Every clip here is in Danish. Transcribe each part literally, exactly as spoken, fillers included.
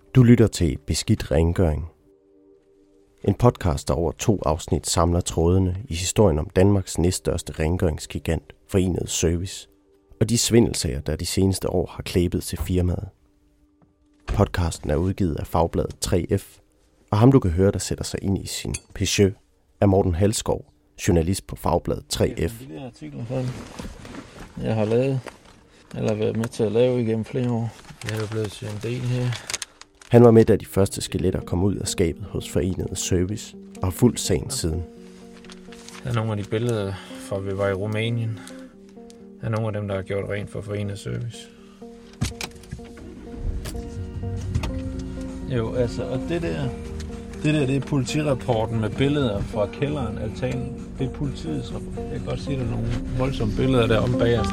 Du lytter til Beskidt Rengøring. En podcast, der over to afsnit samler trådene i historien om Danmarks næststørste rengøringsgigant, Forenede Service, og de svindelsager, der de seneste år har klæbet til firmaet. Podcasten er udgivet af fagbladet tre F, og ham du kan høre, der sætter sig ind i sin Peugeot, er Morten Halskov, journalist på fagbladet tre F. Det er artikler, jeg har lavet, eller været med til at lave igennem flere år. Jeg er jo blevet til en del her. Han var med, da de første skeletter kom ud af skabet hos Forenede Service, og har fulgt sagen siden. Der er nogle af de billeder fra, vi var i Rumænien. Der er nogle af dem, der har gjort rent for Forenede Service. Jo, altså, og det der, det der, det er politirapporten med billeder fra kælderen, altanen. Det er politiets rapport. Jeg kan godt sige, at der er nogle voldsomme billeder der om bagerst.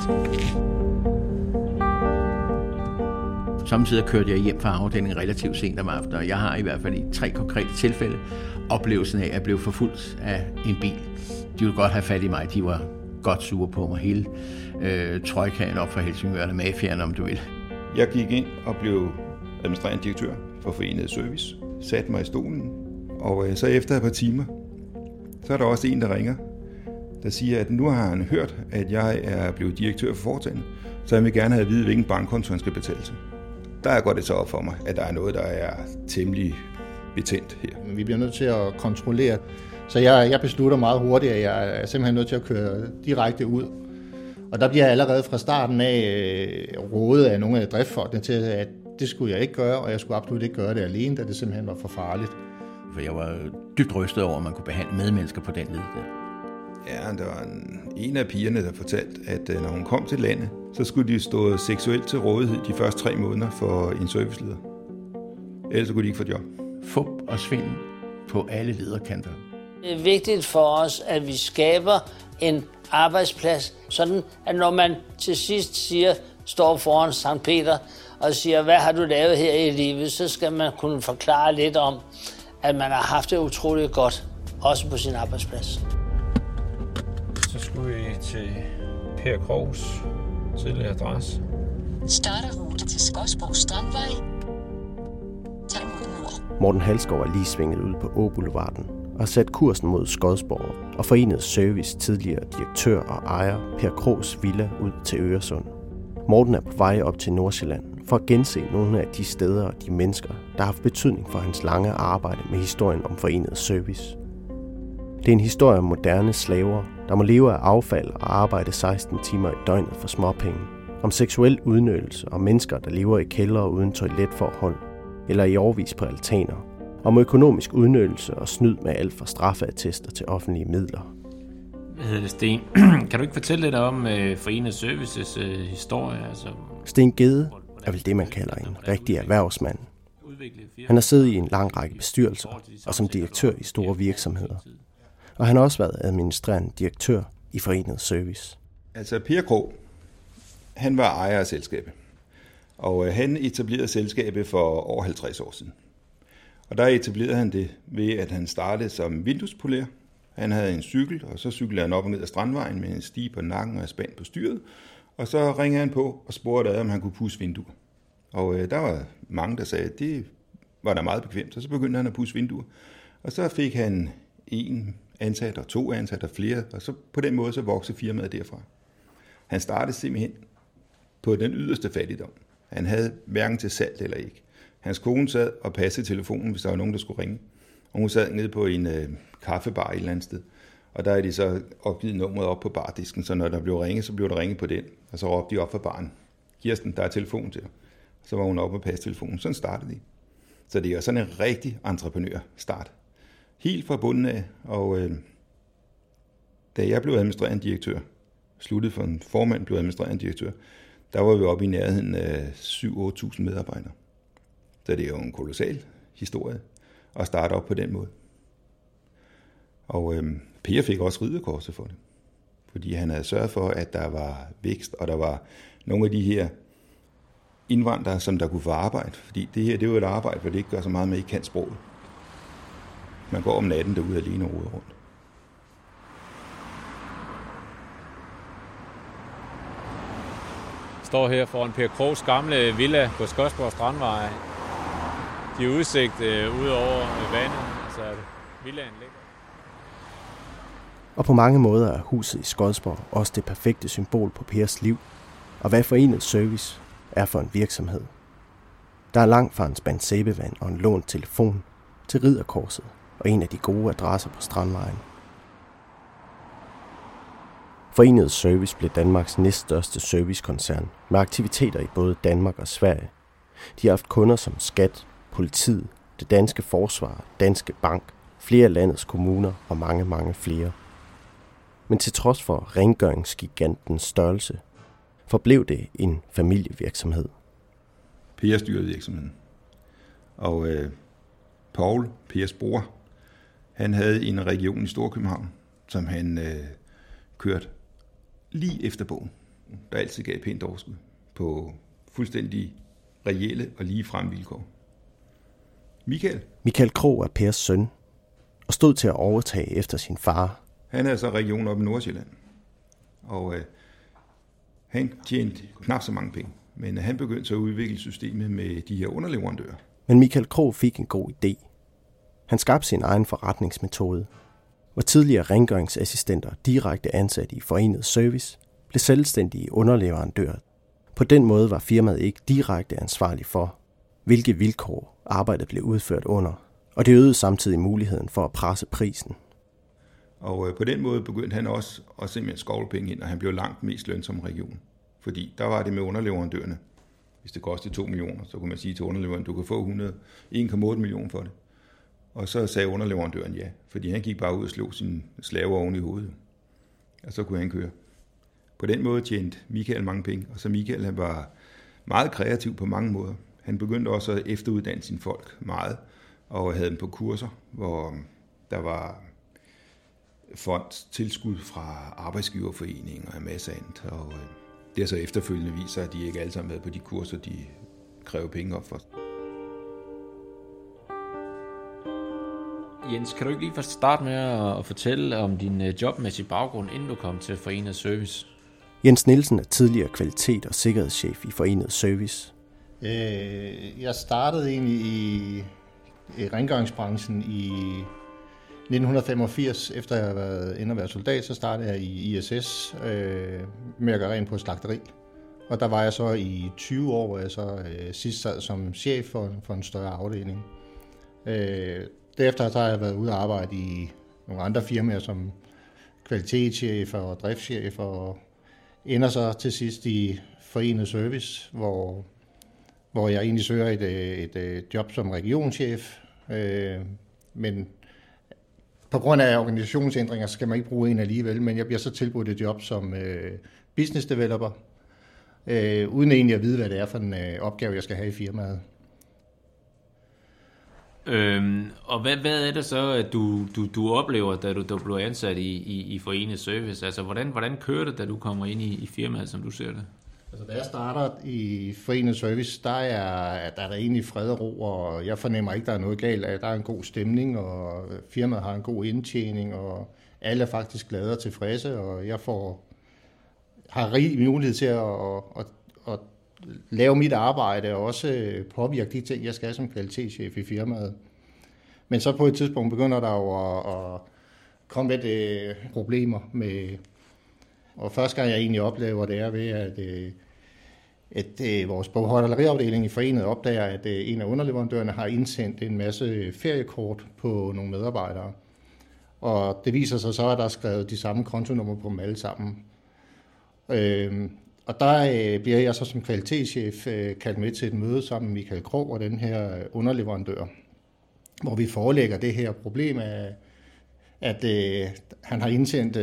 Samtidig kørte jeg hjem fra afdelingen relativt sent om aftenen, og jeg har i hvert fald i tre konkrete tilfælde oplevelsen af, at jeg blev forfulgt af en bil. De ville godt have fat i mig, de var godt sure på mig, hele øh, trojkaen op fra Helsingør, eller mafiaen, om du vil. Jeg gik ind og blev administrerende direktør for Forenede Service, satte mig i stolen, og øh, så efter et par timer, så er der også en, der ringer, der siger, at nu har han hørt, at jeg er blevet direktør for foretagendet, så han vil gerne have at vide, hvilken bankkonto han skal betale til. Der går det så op for mig, at der er noget, der er temmelig betændt her. Vi bliver nødt til at kontrollere, så jeg, jeg beslutter meget hurtigt, at jeg er simpelthen nødt til at køre direkte ud. Og der bliver jeg allerede fra starten af øh, rådet af nogle af driftfolkene til, at det skulle jeg ikke gøre, og jeg skulle absolut ikke gøre det alene, da det simpelthen var for farligt. For jeg var dybt rystet over, at man kunne behandle medmennesker på den led der. Ja, der var en, en af pigerne, der fortalte, at når hun kom til landet, så skulle de stå seksuelt til rådighed de første tre måneder for en serviceleder. Ellers kunne de ikke få job. Fup og svindel på alle lederkanter. Det er vigtigt for os, at vi skaber en arbejdsplads, sådan at når man til sidst siger, står foran Sankt Peter og siger, hvad har du lavet her i livet, så skal man kunne forklare lidt om, at man har haft det utroligt godt, også på sin arbejdsplads. Så skulle vi til Per Krogs tidligere adresse. Starterrute til Skodsborg Strandvej. Tag mod nord. Morten Halskov er lige svinget ud på Åboulevarden og har sat kursen mod Skodsborg og Forenede Service tidligere direktør og ejer Per Krogs villa ud til Øresund. Morten er på vej op til Nordsjælland for at gense nogle af de steder og de mennesker, der har haft betydning for hans lange arbejde med historien om Forenede Service. Det er en historie om moderne slaver, der må leve af affald og arbejde seksten timer i døgnet for småpenge. Om seksuel udnyttelse og mennesker, der lever i kældre uden toiletforhold eller i årevis på altaner. Om økonomisk udnyttelse og snyd med alt fra straffeattester til offentlige midler. Hvad hedder det, Sten? Kan du ikke fortælle lidt om uh, Forenede Services uh, historie? Altså... Sten Gede er vel det, man kalder en rigtig erhvervsmand. Han har siddet i en lang række bestyrelser og som direktør i store virksomheder. Og han har også været administrerende direktør i Forenede Service. Altså Per Krog, han var ejer af selskabet, og han etablerede selskabet for over halvtreds år siden. Og der etablerede han det ved, at han startede som vinduespoler. Han havde en cykel, og så cyklede han op og ned ad Strandvejen med en sti på nakken og en spand på styret. Og så ringede han på og spurgte ad, om han kunne pudse vinduer. Og øh, der var mange, der sagde, at det var da meget bekvemt, og så begyndte han at pudse vinduer. Og så fik han en ansat og to ansat og flere, og så på den måde så voksede firmaet derfra. Han startede simpelthen på den yderste fattigdom. Han havde hverken til salg eller ikke. Hans kone sad og passede telefonen, hvis der var nogen, der skulle ringe. Og hun sad nede på en øh, kaffebar et eller andet sted. Og der er de så opgivet nummeret op på bardisken, så når der blev ringet, så blev der ringet på den. Og så råbte de op fra baren. Kirsten, der er telefon til dig. Så var hun oppe og passe telefonen. Sådan startede de. Så det er sådan en rigtig entreprenør-start. Helt fra bunden af. Og øh, da jeg blev administrerende direktør, sluttede for en formand blev administrerende direktør, der var vi oppe i nærheden af syv til otte tusind medarbejdere. Så det er jo en kolossal historie at starte op på den måde. Og øh, Per fik også ridderkorset for det, fordi han havde sørget for, at der var vækst, og der var nogle af de her indvandrere, som der kunne få arbejde. Fordi det her, det er jo et arbejde, hvor det ikke gør så meget, man ikke kan sproget. Man går om natten derude alene og roder rundt. Står her foran Per Krogs gamle villa på Skodsborg Strandvej. de har udsigt øh, ud over vandet, altså villaen ligger. Og på mange måder er huset i Skodsborg også det perfekte symbol på Pers liv, og hvad Forenet Service er for en virksomhed. Der er langt fra en spand sæbevand og en lånt telefon til Ridderkorset og en af de gode adresser på Strandvejen. Forenet Service blev Danmarks næststørste servicekoncern med aktiviteter i både Danmark og Sverige. De har haft kunder som Skat, Politiet, det danske forsvar, Danske Bank, flere af landets kommuner og mange, mange flere. Men til trods for rengøringsgigantens størrelse, forblev det en familievirksomhed. Per styrede virksomheden. Og øh, Paul, Pers bror, han havde en region i Storkøbenhavn, som han øh, kørte lige efter bogen, der altid gav pænt overskud på fuldstændig reelle og lige frem vilkår. Michael? Michael Krog er Pers søn og stod til at overtage efter sin far. Han er så region oppe i Nordsjælland, og øh, han tjente knap så mange penge, men han begyndte så at udvikle systemet med de her underleverandører. Men Michael Krog fik en god idé. Han skabte sin egen forretningsmetode, hvor tidligere rengøringsassistenter direkte ansat i Forenet Service blev selvstændige underleverandører. På den måde var firmaet ikke direkte ansvarlig for, hvilke vilkår arbejdet blev udført under, og det øgede samtidig muligheden for at presse prisen. Og på den måde begyndte han også at simpelthen skovle penge ind, og han blev langt mest lønsom region. Fordi der var det med underleverandørerne. Hvis det kostede to millioner, så kunne man sige til underleverandøren, du kan få hundrede, en komma otte millioner for det. Og så sagde underleverandøren ja, fordi han gik bare ud og slog sine slaver oven i hovedet. Og så kunne han køre. På den måde tjente Michael mange penge, og så Michael han var meget kreativ på mange måder. Han begyndte også at efteruddanne sine folk meget, og havde dem på kurser, hvor der var fondstilskud fra arbejdsgiverforeninger og en masse andet. Og det er så efterfølgende viser, at de ikke alle sammen er med på de kurser, de kræver penge op for. Jens, kan du ikke lige først starte med at fortælle om din jobmæssige baggrund, inden du kom til Forenet Service? Jens Nielsen er tidligere kvalitet- og sikkerhedschef i Forenet Service. Jeg startede egentlig i rengøringsbranchen i nitten femogfirs. Efter jeg havde været inde og været soldat, så startede jeg i I S S øh, med at gøre rent på et slagteri. Og der var jeg så i tyve år, hvor jeg så øh, sidst sad som chef for, for en større afdeling. Øh, derefter så har jeg været ude og arbejde i nogle andre firmaer som kvalitetschef og driftschef, og ender så til sidst i Forenet Service, hvor, hvor jeg egentlig søger et, et, et job som regionschef. Øh, men på grund af organisationsændringer skal man ikke bruge en alligevel, men jeg bliver så tilbudt et job som øh, business developer, øh, uden egentlig at vide, hvad det er for en øh, opgave, jeg skal have i firmaet. Øhm, og hvad, hvad er det så, at du, du, du oplever, da du, du blev ansat i, i, i Forenet Service? Altså, hvordan, hvordan kører det, da du kommer ind i, i firmaet, som du ser det? Altså, da jeg starter i Forenet Service, der er, der er der egentlig fred og ro, og jeg fornemmer ikke, der er noget galt. Der er en god stemning, og firmaet har en god indtjening, og alle er faktisk glade og tilfredse, og jeg får, har rig mulighed til at, at, at, at lave mit arbejde, og også påvirke de ting, jeg skal som kvalitetschef i firmaet. Men så på et tidspunkt begynder der jo at, at komme lidt problemer med. Og første gang jeg egentlig oplever det er ved, at, at, at vores bogholderiafdeling i Forenet opdager, at en af underleverandørerne har indsendt en masse feriekort på nogle medarbejdere. Og det viser sig så, at der er skrevet de samme kontonummer på dem alle sammen. Og der bliver jeg så som kvalitetschef kaldt med til et møde sammen med Michael Krog og den her underleverandør, hvor vi forelægger det her problem af, at han har indsendt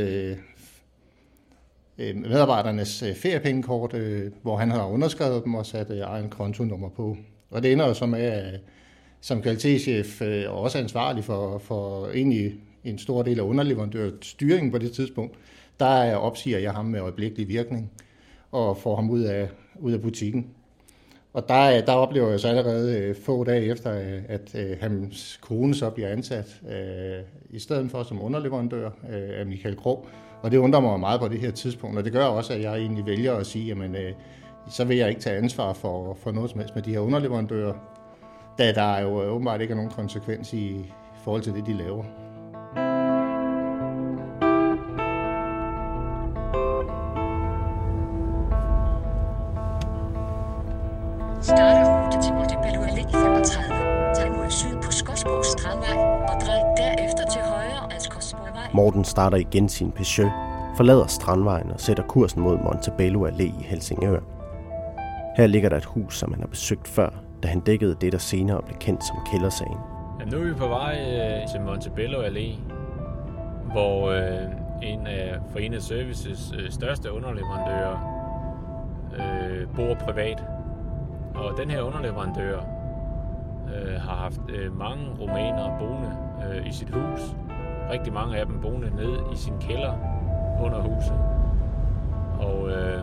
medarbejdernes feriepengekort, hvor han har underskrevet dem og sat egen kontonummer på. Og det ender jo så med, at som kvalitetschef og også ansvarlig for, for egentlig en stor del af underleverandørstyringen på det tidspunkt, der opsiger jeg ham med øjeblikkelig virkning og får ham ud af, ud af butikken. Og der, der oplever jeg så allerede få dage efter, at, at hans kone så bliver ansat i stedet for som underleverandør af Michael Krog. Og det undrer mig meget på det her tidspunkt, og det gør også, at jeg egentlig vælger at sige, jamen, øh, så vil jeg ikke tage ansvar for, for noget som helst med de her underleverandører. da der jo åbenbart ikke er nogen konsekvens i forhold til det, de laver. Starter rute til Montebello Allé femogtredive. Tag mod syd på Skodsborg Strandvej og drej derefter til højre ad Skodsborgvej. Morten starter igen sin Peugeot, forlader Strandvejen og sætter kursen mod Montebello Allé i Helsingør. Her ligger der et hus, som han har besøgt før, da han dækkede det, der senere blev kendt som Kældersagen. Ja, nu er vi på vej øh, til Montebello Allé, hvor øh, en af Forenet Services øh, største underleverandører øh, bor privat. Og den her underleverandør øh, har haft øh, mange rumænere boende øh, i sit hus. Rigtig mange af dem boende nede i sin kælder under huset. Og øh,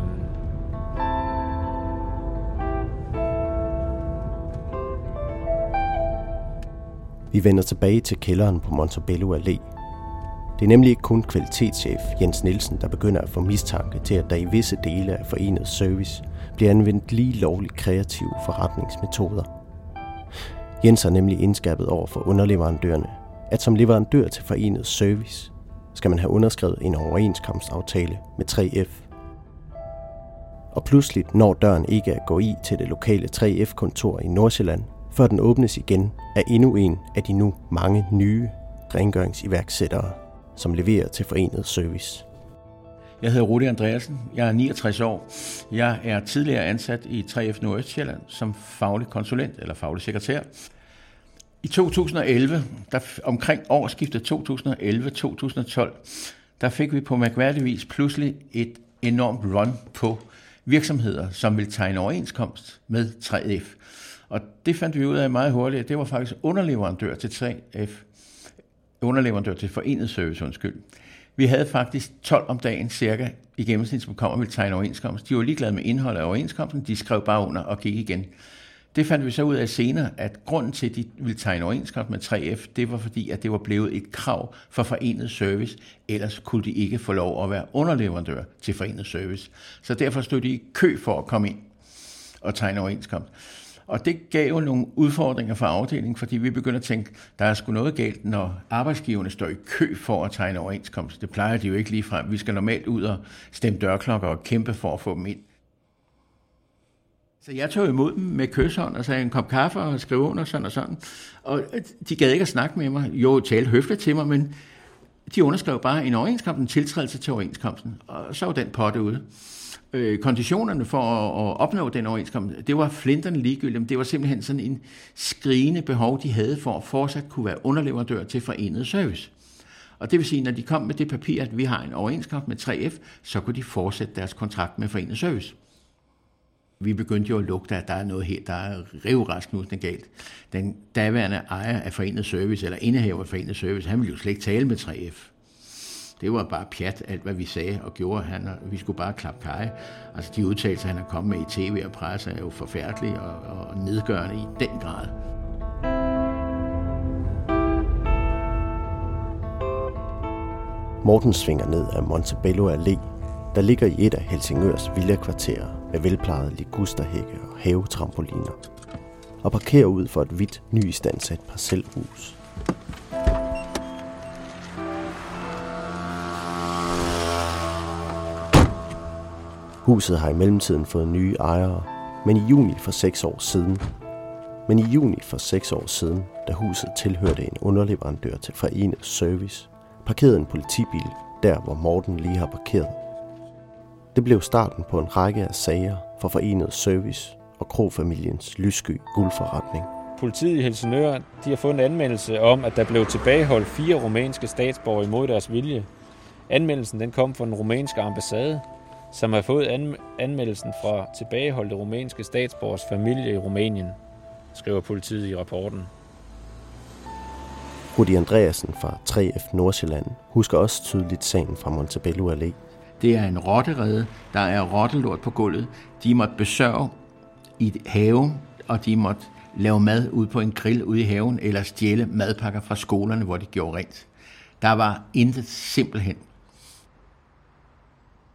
Vi vender tilbage til kælderen på Montebello Allé. Det er nemlig ikke kun kvalitetschef Jens Nielsen, der begynder at få mistanke til, at der i visse dele af Forenet Service bliver anvendt lige lovligt kreative forretningsmetoder. Jens har nemlig indskærpet over for underleverandørerne, at som leverandør til Forenet Service skal man have underskrevet en overenskomstaftale med tre F. Og pludselig når døren ikke at gå i til det lokale tre F-kontor i Nordsjælland, før den åbnes igen af endnu en af de nu mange nye rengøringsiværksættere, som leverer til Forenet Service. Jeg hedder Rudi Andreasen. Jeg er niogtres år. Jeg er tidligere ansat i tre F Nordøstsjælland som faglig konsulent eller faglig sekretær. I to tusind og elleve, der omkring årsskiftet to tusind og elleve til to tusind og tolv, der fik vi på mærkværdig vis pludselig et enormt run på virksomheder, som ville tegne overenskomst med tre F. Og det fandt vi ud af meget hurtigt. Det var faktisk underleverandør til tre F. Underleverandør til Forenet Service, undskyld. Vi havde faktisk tolv om dagen cirka i gennemsnit, som kom og ville tegne overenskomst. De var ligeglade med indholdet af overenskomsten, de skrev bare under og gik igen. Det fandt vi så ud af senere, at grunden til, at de ville tegne overenskomst med tre F, det var fordi, at det var blevet et krav for Forenet Service, ellers kunne de ikke få lov at være underleverandør til Forenet Service. Så derfor stod de i kø for at komme ind og tegne overenskomst. Og det gav jo nogle udfordringer for afdelingen, fordi vi begyndte at tænke, der er sgu noget galt, når arbejdsgiverne står i kø for at tegne overenskomst. Det plejer de jo ikke lige frem. Vi skal normalt ud og stemme dørklokker og kæmpe for at få dem ind. Så jeg tog imod dem med kyshånd og sagde en kop kaffe og skrev under sådan og sådan. Og de gad ikke at snakke med mig. Jo, talte høfligt til mig, men de underskrev bare en overenskomst, en tiltrædelse til overenskomsten. Og så var den potte ude. Konditionerne for at opnå den overenskomst, det var flinterne ligegyldigt, det var simpelthen sådan en skrigende behov, de havde for at fortsat kunne være underleverandør til Forenet Service. Og det vil sige, når de kom med det papir, at vi har en overenskomst med tre F, så kunne de fortsætte deres kontrakt med Forenet Service. Vi begyndte jo at lugte, at der er noget her, der er rivrasknusende galt. Den daværende ejer af Forenet Service, eller indehaver af Forenet Service, han ville jo slet ikke tale med tre F. Det var bare pjat, alt hvad vi sagde og gjorde. Han, vi skulle bare klappe kaj. Altså de udtalelser, han er kommet med i tv og presse, er jo forfærdelige og, og nedgørende i den grad. Morten svinger ned af Montebello Allé, der ligger i et af Helsingørs villakvarterer med velplejede ligusterhække og havetrampoliner, og parkerer ud for et hvidt, nyistandsat parcelhus. Huset har i mellemtiden fået nye ejere, men i juni for seks år siden, men i juni for seks år siden, da huset tilhørte en underleverandør til Forenet Service, parkerede en politibil der, hvor Morten lige har parkeret. Det blev starten på en række af sager for Forenet Service og Krogfamiliens lyssky guldforretning. Politiet i Helsingør, de har fået en anmeldelse om, at der blev tilbageholdt fire rumænske statsborgere imod deres vilje. Anmeldelsen den kom fra den rumænske ambassade, som har fået anmeldelsen fra tilbageholdte rumænske statsborgers familie i Rumænien, skriver politiet i rapporten. Rudi Andreasen fra tre F Nordsjælland husker også tydeligt sagen fra Montebello Allé. Det er en rotterede, der er rottelort på gulvet. De måtte besørge i haven, og de måtte lave mad ude på en grill ude i haven, eller stjæle madpakker fra skolerne, hvor de gjorde rent. Der var intet simpelthen.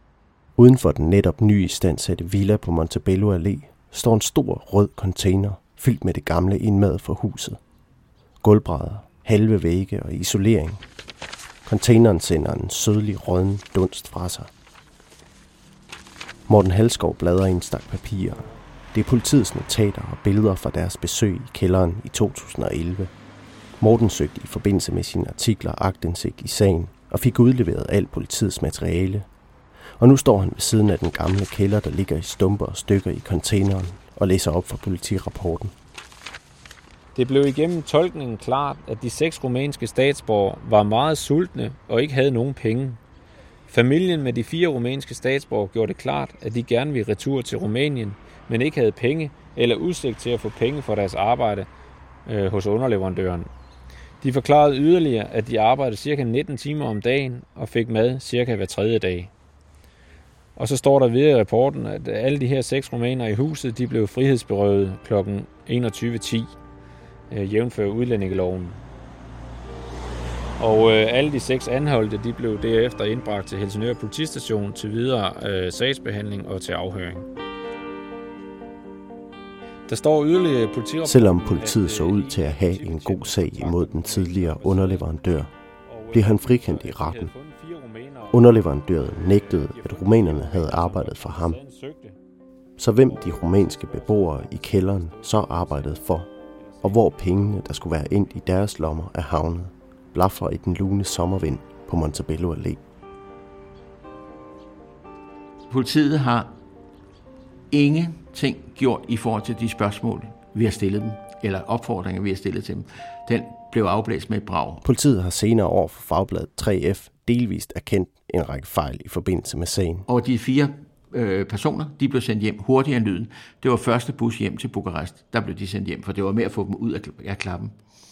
Uden for den netop nye istandsatte villa på Montebello Allé står en stor rød container fyldt med det gamle indmad for huset. Gulvbrædder, halve vægge og isolering. Containeren sender en sødlig rådden dunst fra sig. Morten Halskov bladrer i en stak papirer. Det er politiets notater og billeder fra deres besøg i kælderen i to tusind og elleve. Morten søgte i forbindelse med sine artikler aktindsigt i sagen og fik udleveret alt politiets materiale. Og nu står han ved siden af den gamle kælder, der ligger i stumper og stykker i containeren, og læser op fra politirapporten. Det blev igennem tolkningen klart, at de seks rumænske statsborgere var meget sultne og ikke havde nogen penge. Familien med de fire rumænske statsborgere gjorde det klart, at de gerne ville retur til Rumænien, men ikke havde penge eller udsigt til at få penge for deres arbejde øh, hos underleverandøren. De forklarede yderligere, at de arbejdede cirka nitten timer om dagen og fik mad cirka hver tredje dag. Og så står der videre i rapporten, at alle de her seks rumænere i huset, de blev frihedsberøvet kl. enogtyve ti, øh, jævnfør udlændingeloven. Og øh, alle de seks anholdte, de blev derefter indbragt til Helsingør politistation til videre øh, sagsbehandling og til afhøring. Der står yderligere politirapporten. Selvom politiet så ud til at have en god sag imod den tidligere underleverandør, blev han frikendt i retten. Underleverandøren nægtede, at rumænerne havde arbejdet for ham. Så hvem de rumænske beboere i kælderen så arbejdede for, og hvor pengene, der skulle være endt i deres lommer, er havnet, blafrer i den lune sommervind på Montebello Allé. Politiet har ingenting gjort i forhold til de spørgsmål, vi har stillet dem, eller opfordringer, vi har stillet til dem. Den blev afblæst med et brag. Politiet har senere over for fagbladet tre F delvist erkendt en række fejl i forbindelse med sagen. Og de fire øh, personer, de blev sendt hjem hurtigere end lyden. Det var første bus hjem til Bukarest. Der blev de sendt hjem, for det var med at få dem ud af klappen.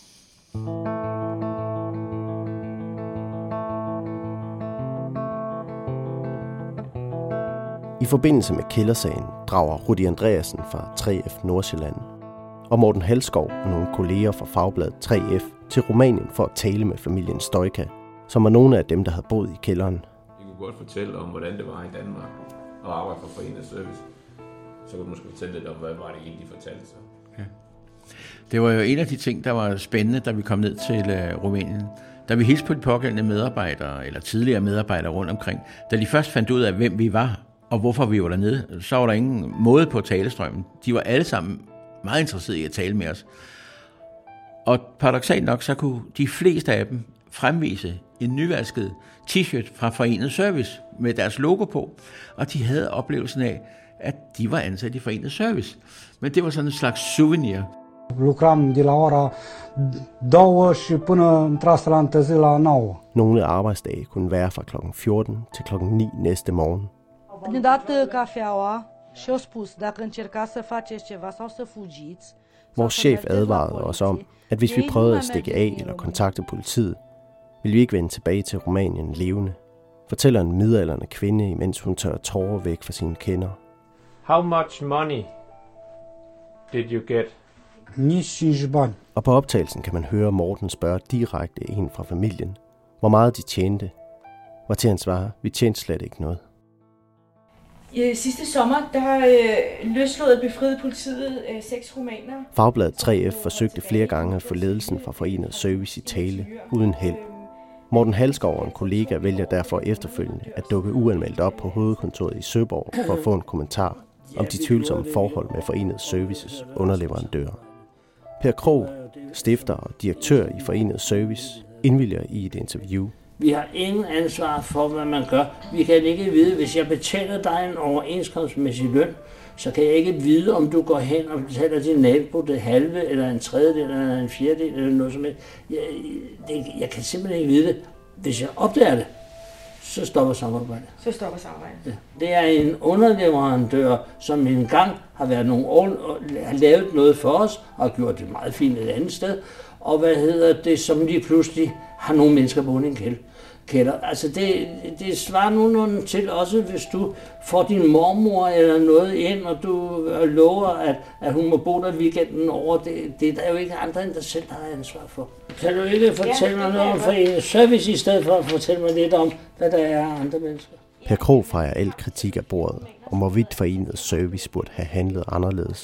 I forbindelse med kældersagen drager Rudi Andreasen fra tre F Nordsjælland og Morten Halskov og nogle kolleger fra fagbladet tre F til Rumænien for at tale med familien Stoica, som var nogle af dem, der havde boet i kælderen. Jeg kunne godt fortælle om, hvordan det var i Danmark at arbejde for Forenet Service. Så kunne du måske fortælle lidt om, hvad var det egentlig, de fortalte sig. Ja. Det var jo en af de ting, der var spændende, da vi kom ned til uh, Rumænien. Da vi hilste på de pågældende medarbejdere, eller tidligere medarbejdere rundt omkring, da de først fandt ud af, hvem vi var, og hvorfor vi var dernede, så var der ingen måde på talestrømmen. De var alle sammen meget interesserede i at tale med os. Og paradoksalt nok, så kunne de fleste af dem fremvise en nyvasket t-shirt fra Forenet Service med deres logo på, og de havde oplevelsen af, at de var ansat i Forenet Service. Men det var sådan en slags souvenir. Lucram de la ora două și până într-asta la întârzi la nouă. Nogle arbejdsdage kunne være fra klokken fjorten til klokken ni næste morgen. Ne-a dat cafeaua și a spus, dacă încercați să faceți ceva sau să fugiți. Vores chef advarede os om, at hvis vi prøvede at stikke af eller kontakte politiet, ville vi ikke vende tilbage til Rumænien levende, fortæller en midaldrende kvinde, imens hun tørrer tårer væk fra sine kinder. How much money did you get? Nici bani. Og på optagelsen kan man høre Morten spørge direkte en fra familien, hvor meget de tjente. Hvor til han svarer, vi tjente slet ikke noget. Sidste sommer, der øh, løslod befriede politiet øh, seks rumænere. Fagbladet tre F forsøgte flere gange at få ledelsen fra Forenet Service i tale, uden held. Morten Halskov og en kollega vælger derfor efterfølgende at dukke uanmeldt op på hovedkontoret i Søborg for at få en kommentar om de tvivlsomme forhold med Forenet Services underleverandører. Per Krog, stifter og direktør i Forenet Service, indvilger i et interview. Vi har ingen ansvar for, hvad man gør. Vi kan ikke vide, hvis jeg betaler dig en overenskomstmæssig løn, så kan jeg ikke vide, om du går hen og betaler din nabo det halve, eller en tredjedel, eller en fjerdedel, eller noget som helst. Jeg, det, jeg kan simpelthen ikke vide det. Hvis jeg opdager det, så stopper samarbejdet. Så stopper samarbejdet. Ja. Det er en underleverandør, som engang har været nogle år, har lavet noget for os, og har gjort det meget fint et andet sted, og hvad hedder det, som lige pludselig har nogle mennesker boende i en kælder. Altså det, det svarer nogenlunde til også, hvis du får din mormor eller noget ind, og du lover, at, at hun må bo der weekenden over. Det, det er der jo ikke andre end dig selv, der har ansvar for. Kan du ikke fortælle ja, mig noget om Forenet Service, i stedet for at fortælle mig lidt om, hvad der er andre mennesker? Per Krog fejrer al kritik af bordet, om hvorvidt Forenet Service burde have handlet anderledes.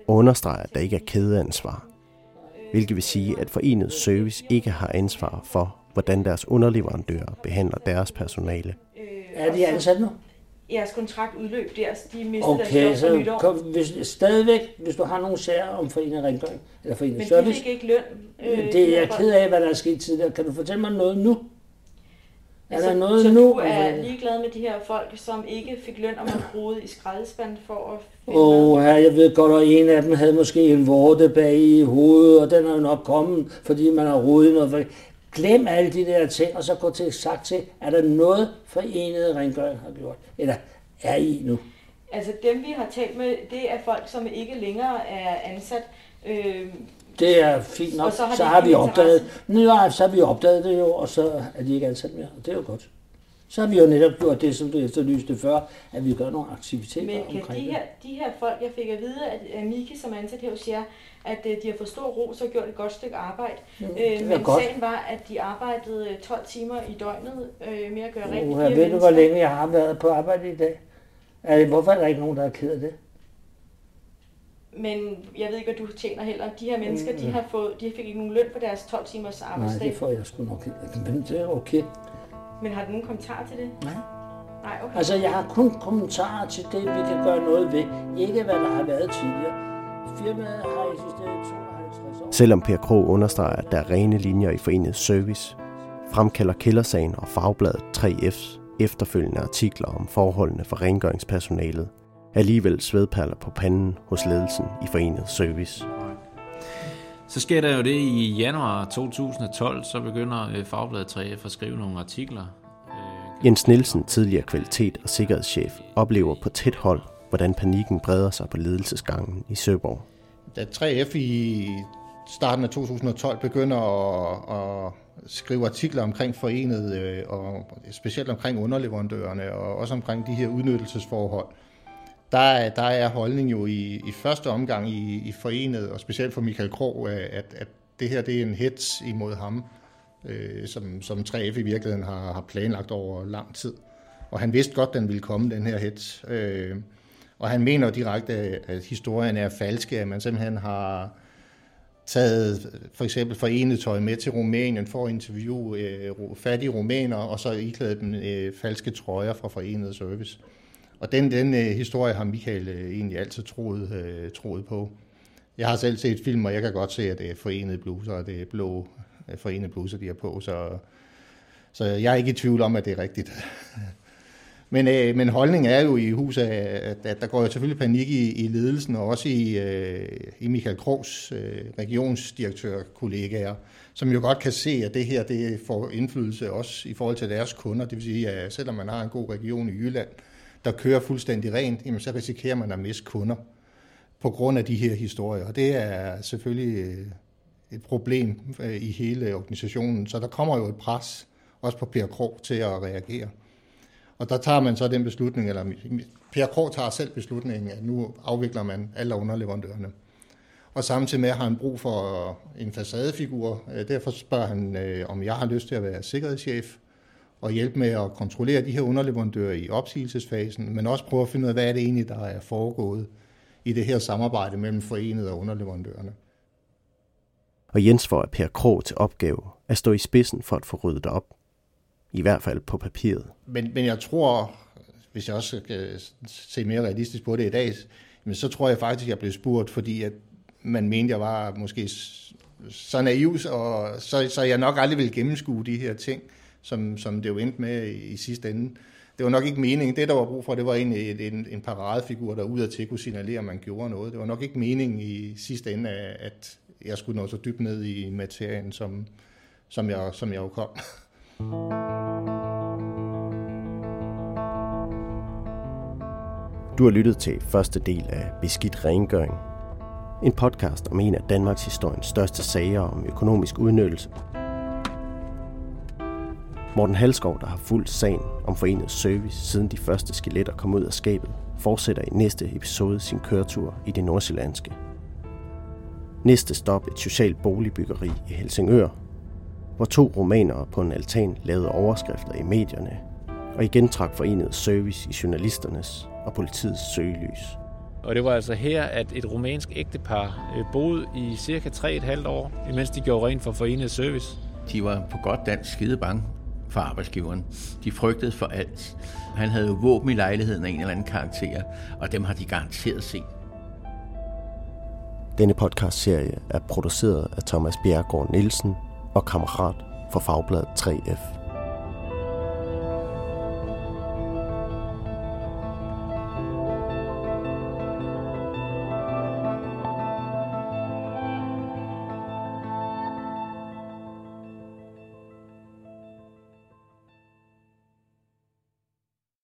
og understreger, at der ikke er kædeansvar, hvilket vil sige, at Forenet Service ikke har ansvar for, hvordan deres underleverandører behandler deres personale. Er de ansat nu? Jeres kontrakt udløb der, så de mistede okay, deres job på nytår. Kom, hvis, stadigvæk, hvis du har nogle sager om Forenet Rengøring, eller Forenet Men Service. Men de fik ikke løn. Øh, det er jeg ked af, hvad der er sket tidligere. Kan du fortælle mig noget nu? Altså, er der noget så nu? du er ligeglad med de her folk, som ikke fik løn, og man roede i skraldespand for at finde Åh, oh, jeg ved godt, at en af dem havde måske en vorte bag i hovedet, og den er jo nok kommet, fordi man har rodet noget. Glem alle de der ting, og så gå til sagt til, er der noget Forenet Rengøring har gjort? Eller er I nu? Altså dem, vi har talt med, det er folk, som ikke længere er ansat. Øh, det er fint nok. Så har, så har vi opdaget, nej, så har vi opdaget det jo, og så er de ikke ansat mere, og det er jo godt. Så har vi jo netop gjort det, som du efterlyste før, at vi gør nogle aktiviteter Men kan omkring de her, de her folk, jeg fik at vide, at Miki, som er ansat her hos jer, at de har fået stor ros og gjort et godt stykke arbejde. Ja, øh, men godt. sagen var, at de arbejdede tolv timer i døgnet øh, med at gøre rent. Uh, jeg ved du, hvor længe jeg har været på arbejde i dag? Altså, hvorfor er der ikke nogen, der er ked af det? Men jeg ved ikke, hvad du tjener heller. De her mennesker, mm, de har fået, de fik ikke nogen løn for deres tolv timers arbejdsdag. Nej, det får jeg sgu nok ikke. Men det er okay. Men har du nogen kommentarer til det? Nej. Nej, okay. Altså, jeg har kun kommentarer til det, vi kan gøre noget ved. Ikke hvad der har været tidligere. Firmaet har eksisteret i tooghalvtreds år. Selvom Per Krog understreger, at der er rene linjer i Forenet Service, fremkalder Kældersagen og Fagbladet tre F's efterfølgende artikler om forholdene for rengøringspersonalet alligevel svedperler på panden hos ledelsen i Forenet Service. Så sker der jo det i januar to tusind og tolv, så begynder Fagbladet tre F at skrive nogle artikler. Jens Nielsen, tidligere kvalitet- og sikkerhedschef, oplever på tæt hold, hvordan panikken breder sig på ledelsesgangen i Søborg. Da tre F i starten af to tusind og tolv begynder at, at skrive artikler omkring forenet, og specielt omkring underleverandørerne, og også omkring de her udnyttelsesforhold, der, der er holdning jo i, i første omgang i, i forenet, og specielt for Michael Krog, at, at det her det er en hets imod ham, øh, som, som tre F i virkeligheden har, har planlagt over lang tid. Og han vidste godt, at den ville komme, den her hets. Øh, og han mener jo direkte, at historien er falske, at man simpelthen har taget for eksempel forenetøj med til Rumænien for at interviewe øh, fattige rumæner, og så iklæde dem øh, falske trøjer fra Forenet Service. Og den, den øh, historie har Michael øh, egentlig altid troet, øh, troet på. Jeg har selv set film, og jeg kan godt se, at det er forenede bluser, og det er blå øh, forenede bluser, de har på. Så, så jeg er ikke i tvivl om, at det er rigtigt. men, øh, men holdningen er jo i huset, at, at der går jo selvfølgelig panik i, i ledelsen, og også i, øh, i Michael Krogs øh, regionsdirektørkollegaer, som jo godt kan se, at det her det får indflydelse også i forhold til deres kunder. Det vil sige, at selvom man har en god region i Jylland, der kører fuldstændig rent, jamen så risikerer man at miste kunder på grund af de her historier. Og det er selvfølgelig et problem i hele organisationen, så der kommer jo et pres, også på Per Krog, til at reagere. Og der tager man så den beslutning, eller Per Krog tager selv beslutningen, at nu afvikler man alle underleverandørerne. Og samtidig med har han brug for en facadefigur. Derfor spørger han, om jeg har lyst til at være sikkerhedschef, og hjælpe med at kontrollere de her underleverandører i opsigelsesfasen, men også prøve at finde ud af, hvad er det egentlig, der er foregået i det her samarbejde mellem forenet og underleverandørerne. Og Jens får af Per Krog til opgave at stå i spidsen for at få ryddet op. I hvert fald på papiret. Men, men jeg tror, hvis jeg også skal se mere realistisk på det i dag, så tror jeg faktisk, at jeg blev spurgt, fordi at man mente, jeg var måske så naiv, og så, så jeg nok aldrig ville gennemskue de her ting, som, som det jo endte med i, i sidste ende. Det var nok ikke meningen. Det, der var brug for, det var egentlig en, en paradefigur, der udadtil kunne signalere, at man gjorde noget. Det var nok ikke meningen i sidste ende, at jeg skulle nå så dybt ned i materien, som, som, jeg, som jeg jo kom. Du har lyttet til første del af Beskidt Rengøring. En podcast om en af Danmarks historiens største sager om økonomisk udnyttelse. Morten Halskov, der har fulgt sagen om Forenet Service, siden de første skeletter kom ud af skabet, fortsætter i næste episode sin køretur i det nordsjællandske. Næste stop et socialt boligbyggeri i Helsingør, hvor to rumænere på en altan lavede overskrifter i medierne, og igen trak Forenet Service i journalisternes og politiets søgelys. Og det var altså her, at et rumænsk ægtepar boede i cirka tre og et halvt år, imens de gjorde rent for Forenet Service. De var på godt dansk skide bange for arbejdsgiveren. De frygtede for alt. Han havde jo våben i lejligheden af en eller anden karakter, og dem har de garanteret set. Denne podcastserie er produceret af Thomas Bjerregaard Nielsen og kammerat for Fagbladet tre F.